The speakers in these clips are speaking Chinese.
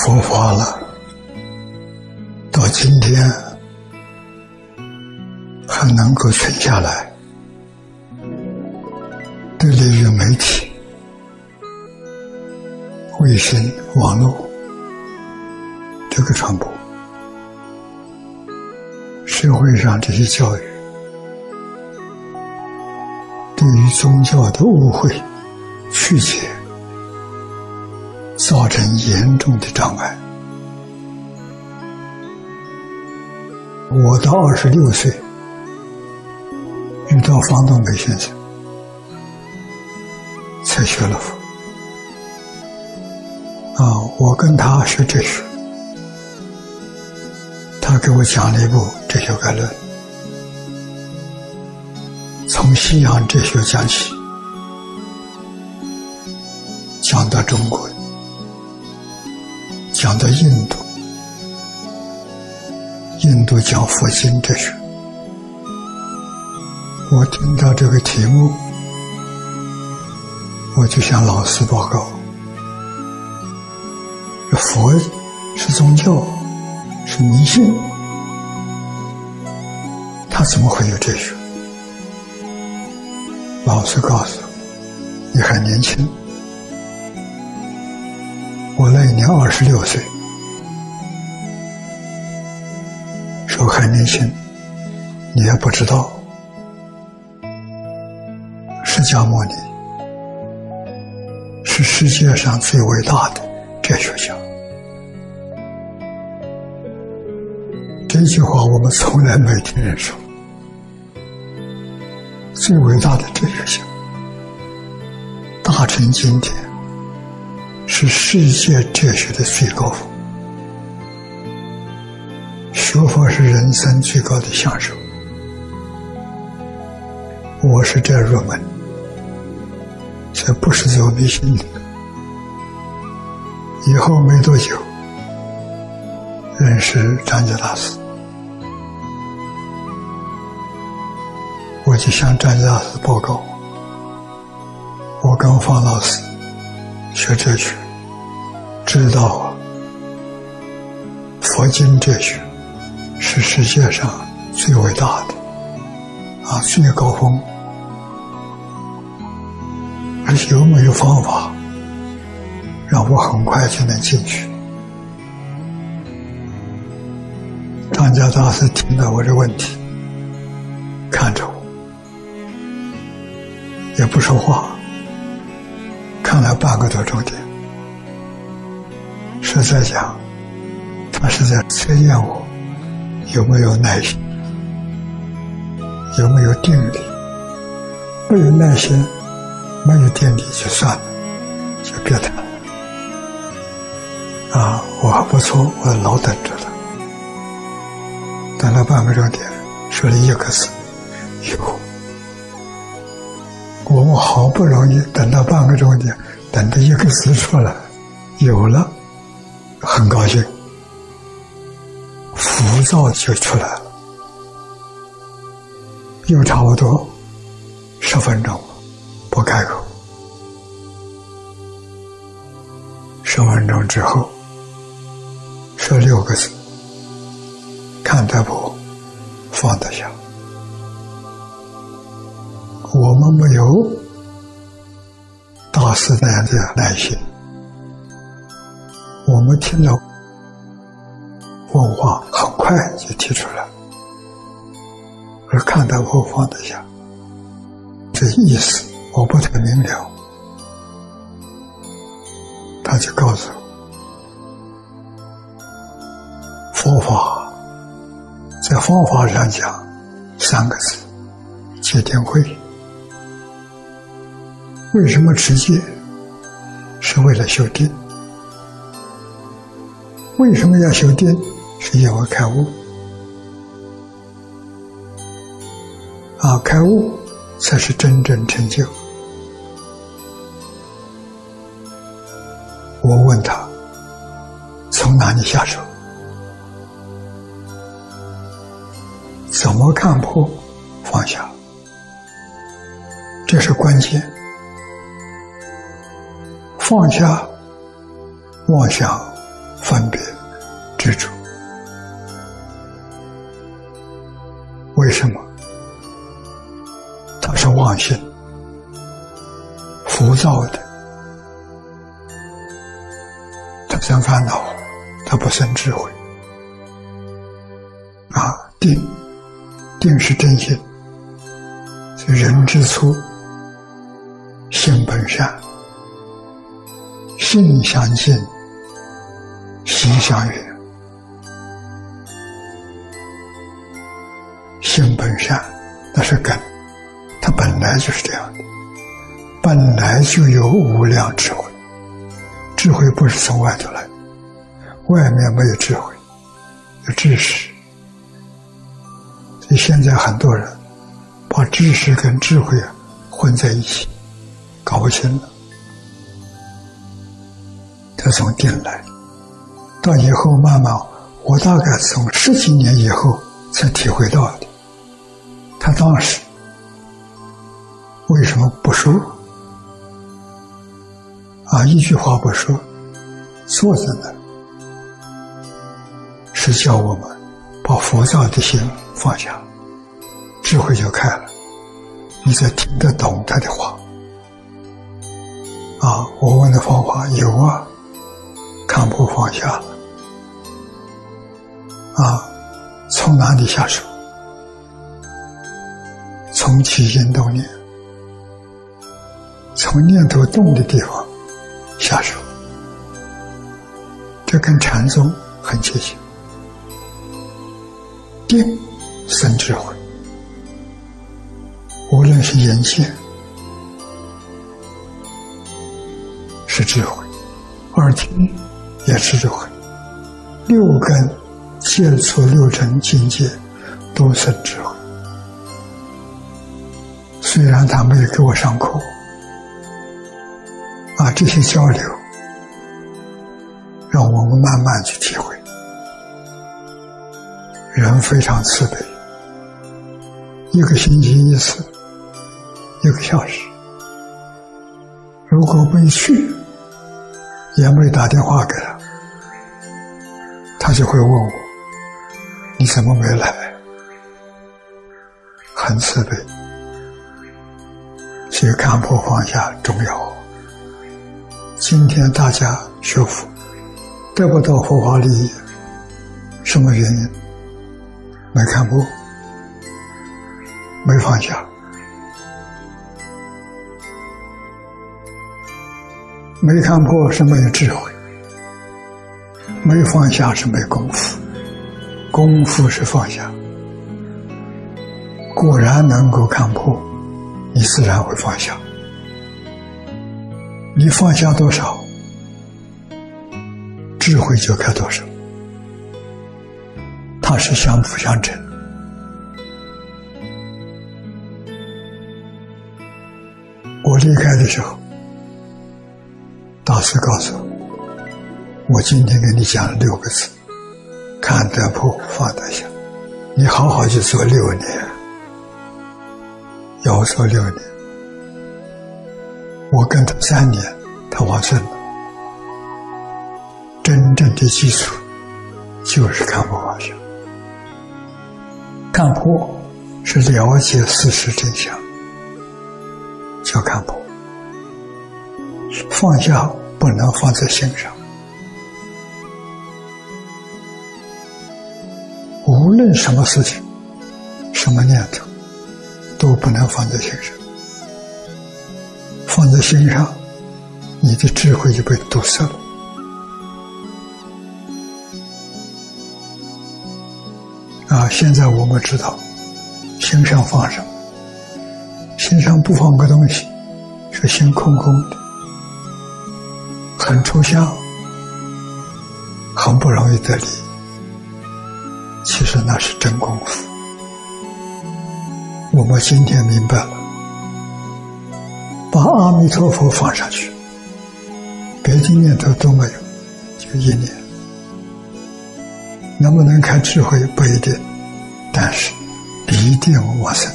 佛法了，到今天还能够存下来，得力于媒体、卫星、网络这个传播，社会上这些教育对于宗教的误会、曲解，造成严重的障碍。我到26岁遇到方东梅先生，才学了佛。我跟他学哲学，他给我讲了一部《哲学概论》，从西洋哲学讲起，讲到中国，讲到印度，印度讲佛经哲学。我听到这个题目，我就向老师报告，佛是宗教，是迷信，他怎么会有哲学？老师告诉我，你还年轻。我那一年26岁，说还年轻，你也不知道，释迦牟尼是世界上最伟大的哲学家。这句话我们从来没听人说。最伟大的哲学家，大乘经典是世界哲学的最高峰，学佛是人生最高的享受。我是这入门，这不是走迷信的。以后没多久认识张家大师，我就向张家大师报告，我跟方老师学哲学，知道佛经哲学是世界上最伟大的最高峰，而且有没有方法让我很快就能进去？张家大师听到我这问题，看着我也不说话，看了半个多钟点，是在讲，他是在测验我有没有耐心，有没有定力。没有耐心，没有定力就算了，就别谈了。我还不错，我老等着了，等了半个钟点，说了一个字，有。我们好不容易等到半个钟点，等到一个字出来，有了，很高兴，浮躁就出来了。又差不多10分钟不开口，10分钟之后说6个字：看得破，放得下。我们没有大师那样的耐心，我们听到问话很快就提出来，而看得破放得下，这意思我不太明了。他就告诉我，佛法在方法上讲3个字：戒定慧。为什么持戒？是为了修定。为什么要修定？是因为开悟。开悟才是真正成就。我问他从哪里下手，怎么看破放下，这是关键。放下妄想、 分别、执着。为什么？它是妄心、浮躁的，它生烦恼，它不生智慧。定是真心，是人之初，性本善，性相近，习相远。性本善，那是根，它本来就是这样的，本来就有无量智慧。智慧不是从外头来，外面没有智慧，有知识。所以现在很多人把知识跟智慧混在一起，搞不清了。他从定来，到以后慢慢，我大概从10几年以后才体会到的。他当时为什么不说？一句话不说，坐在那，是叫我们把浮躁的心放下，智慧就开了，你才听得懂他的话。我问的方法有看破放下了。从哪里下手？从起心动念，从念头动的地方下手，这跟禅宗很接近。定生智慧，无论是眼见是智慧，耳听也是智慧，六根接触六尘境界都生智慧。虽然他没有给我上课，这些交流让我们慢慢去体会。人非常慈悲，1个星期1次，1个小时，如果没去，也没打电话给他，他就会问我，你怎么没来？很慈悲。所以看破放下重要。今天大家学佛得不到佛法利益，什么原因？没看破，没放下。没看破是没有智慧，没放下是没功夫，功夫是放下。果然能够看破，你自然会放下。你放下多少，智慧就开多少，它是相辅相成。我离开的时候，大师告诉我今天给你讲了6个字，看得破放得下，你好好去做6年，要做6年。我跟他3年，他往生了。真正的基础就是看破放下。看破是了解事实真相，叫看破。放下不能放在心上，无论什么事情，什么念头，都不能放在心上。放在心上，你的智慧就被堵塞了。现在我们知道，心上放什么？心上不放个东西，是心空空的，很抽象，很不容易得力。其实那是真功夫。我们今天明白了，把阿弥陀佛放上去，别的念头都没有，就一念。能不能开智慧不一定，但是一定往生。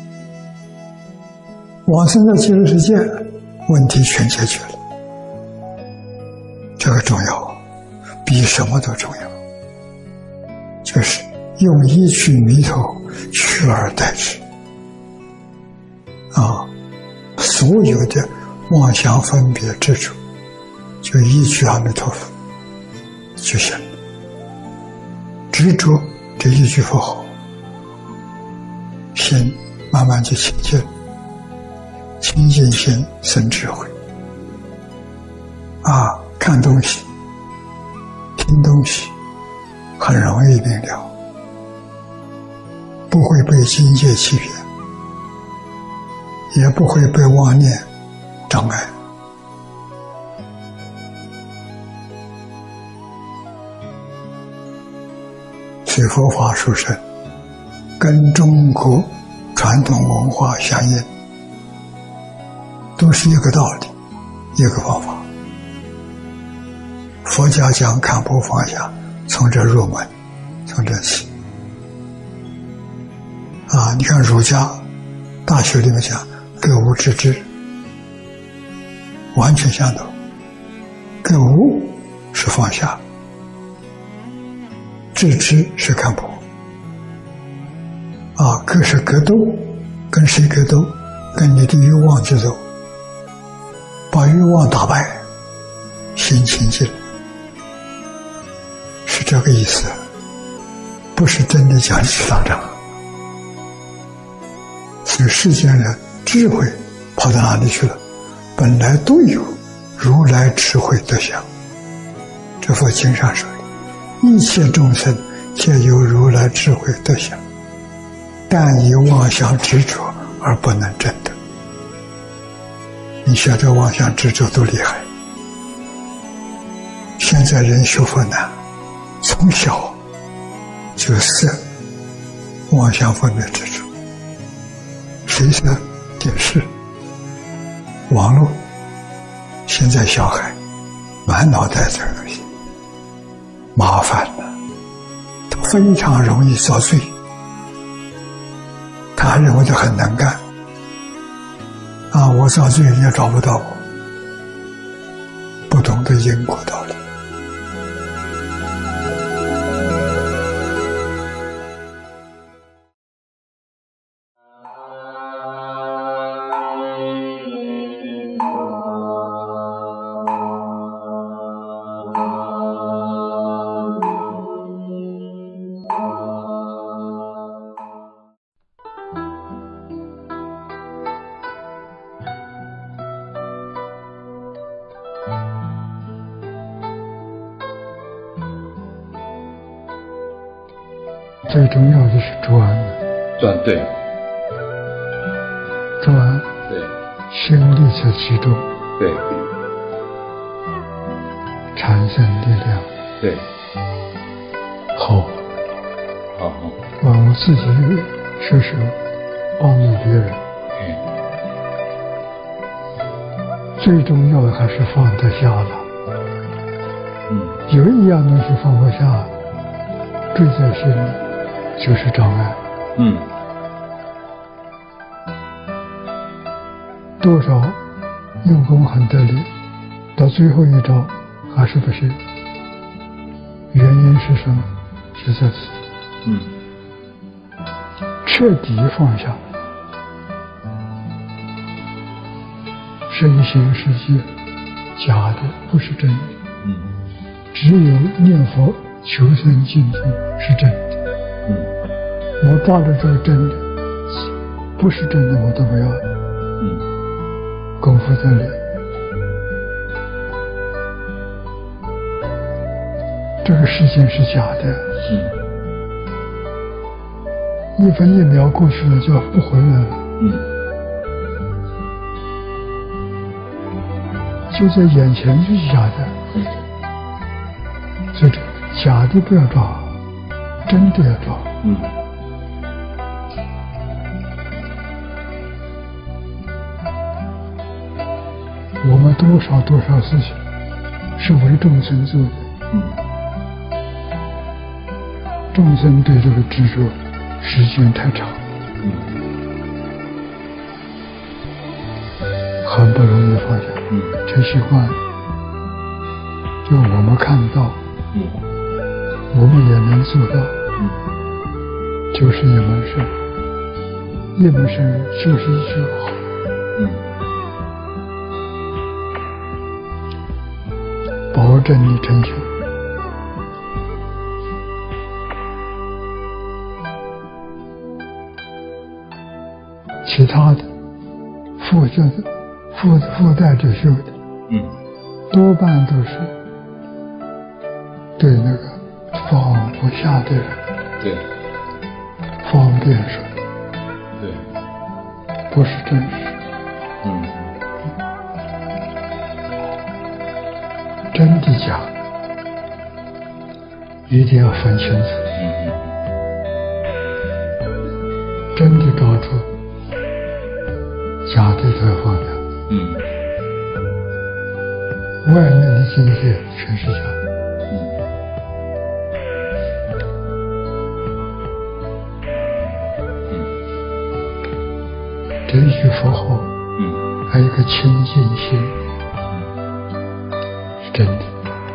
往生的极乐世界，问题全解决了。 个重要，比什么都重要。就是用一句弥陀取而代之所有的妄想分别执着，就一句阿弥陀佛就行了。执着这一句佛号，心慢慢就清净，清净心生智慧。看东西、听东西很容易明了，不会被境界欺骗，也不会被妄念障碍。所以佛法殊胜，跟中国传统文化相应，都是一个道理，一个方法。佛家讲看破放下，从这入门，从这起。你看儒家大学里面讲格物致知，完全相同。格物是放下，致知是看破。格是格斗，跟谁格斗？跟你的欲望去斗，把欲望打败，心清净，是这个意思，不是真的讲去打仗。所以世间人智慧跑到哪里去了？本来都有如来智慧德相。这佛经上说的，一切众生皆有如来智慧德相，但以妄想执着而不能证得。你晓得妄想执着多厉害。现在人学佛难，从小就色妄想分别执着。谁色？电视、网络。现在小孩满脑袋这个东西，麻烦了，他非常容易遭罪，他还认为他很能干我遭罪人家找不到我，不懂得因果道理。 最重要的是专， 对， 专， 对， 心力在其中， 对， 产生力量， 对， 好，我自己说帮助别人，最重要的还是放得下了。有一样东西放不下，坠在心里，就是障碍。多少用功很得力，到最后一招还是不行。原因是什么？是在此。彻底放下，身心世界假的，不是真的。只有念佛求生净土是真的。我抓着这个真的，不是真的我都不要。功夫在里，这个世界是假的。一分一秒过去了就不回来了。就在眼前就是假的。所以假的不要抓，真的要抓。我们多少事情是为众生做的。众生对这个执着时间太长，很不容易放下。太习惯了，就我看到，我们也能做到，就是一门生，一门生就是一句话，保证你成就。其他的附带着修的，多半都是对那个放不下的人， 对， 方便说， 对， 不是真实。真的假的，一定要分清楚。真的高处，假的才放下。外面的境界全是假的。这一句佛号，还有一个清净心，是真的。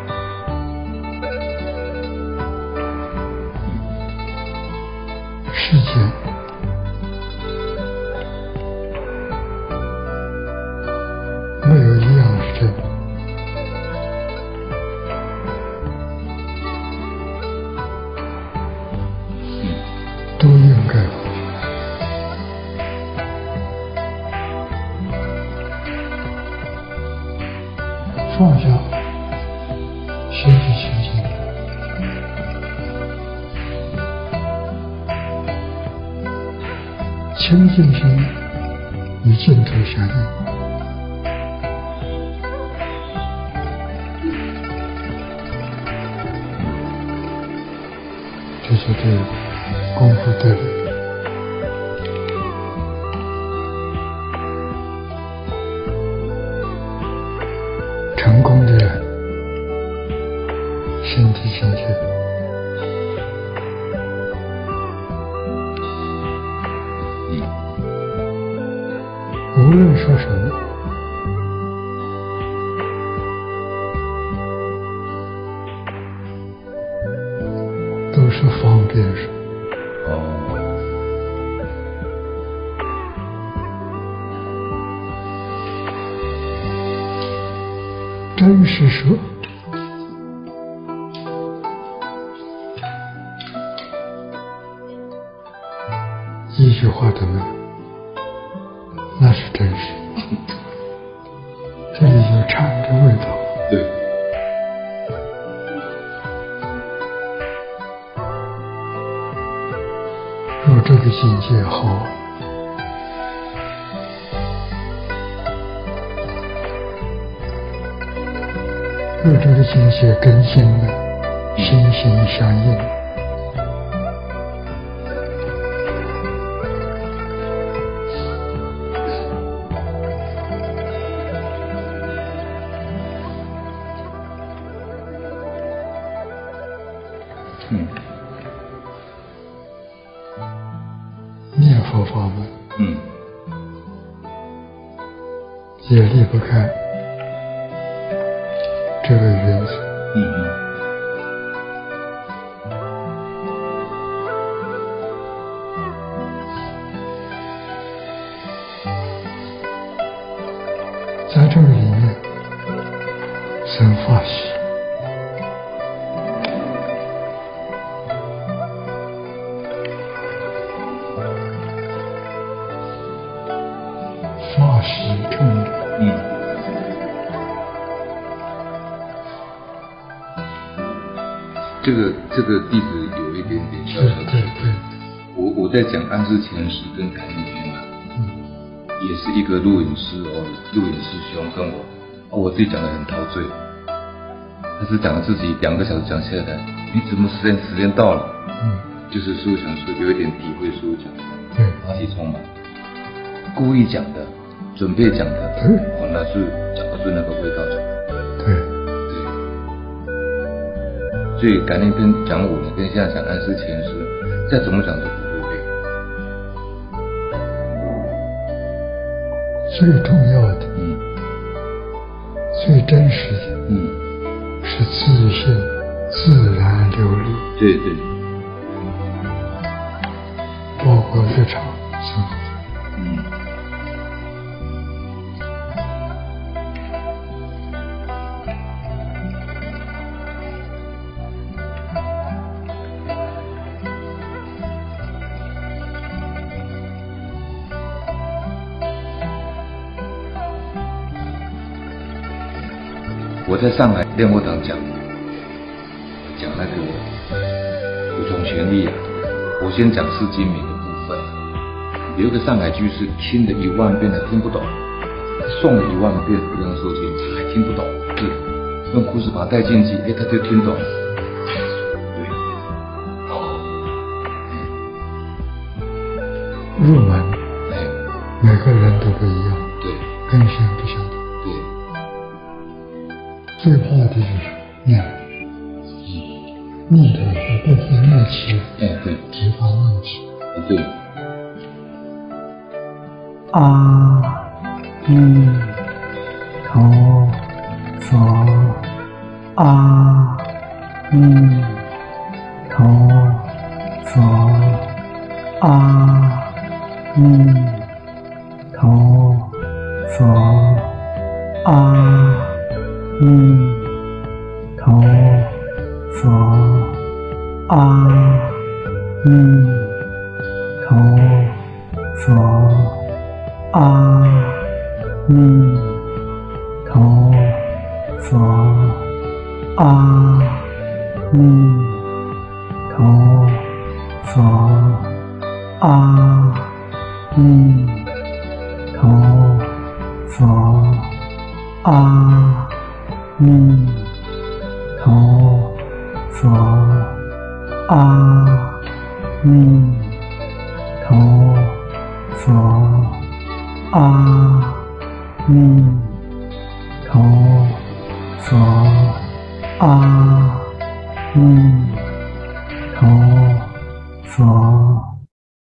世间没有一样是真的。都应该放下，心是清净的。清净心与净土相应，这是对功夫对了。成功的人，身体清净，无论说什么，都是方便说。真实说，一句话都没有，那是真实。这里有禅的味道。 对。 若这个境界好，若这个境界跟心呢，心心相印，念佛法门，也离不开这个原则。在这个里面生法喜，法喜中的这个弟子有一点点小小的， 对， 我在讲安世前师跟感应篇嘛，也是一个录影师兄跟我自己讲的很陶醉，他是讲了自己2个小时讲下来，你怎么时间到了？就是师父讲说有一点体会，师父讲对， 法喜充满，故意讲的，准备讲的，反而是讲不出那个味道出来。 对。 所以感应篇讲我呢，跟现在讲安世前师，再怎么讲都不会累。 最重要的，最真实的，是是自信自然流露， 对对， 包括日常生活。 我在上海莲佛堂讲那个五种旋律啊，我先讲释经名的部分。有一个上海居士听了10000遍还听不懂，诵了10000遍无量寿经他还听不懂，是用故事把它带进去，他就听懂了。对， 入门，每个人都不一样， 对， 根性不相同。 对， 最怕的就是念头不合默契， 对， 只发问题。 对。 阿弥陀佛，阿弥陀佛，阿弥陀佛，阿弥陀佛，阿弥陀佛，阿弥陀佛，阿弥陀佛，阿弥陀佛，阿弥陀佛，阿弥陀佛，阿弥陀佛，阿弥陀佛。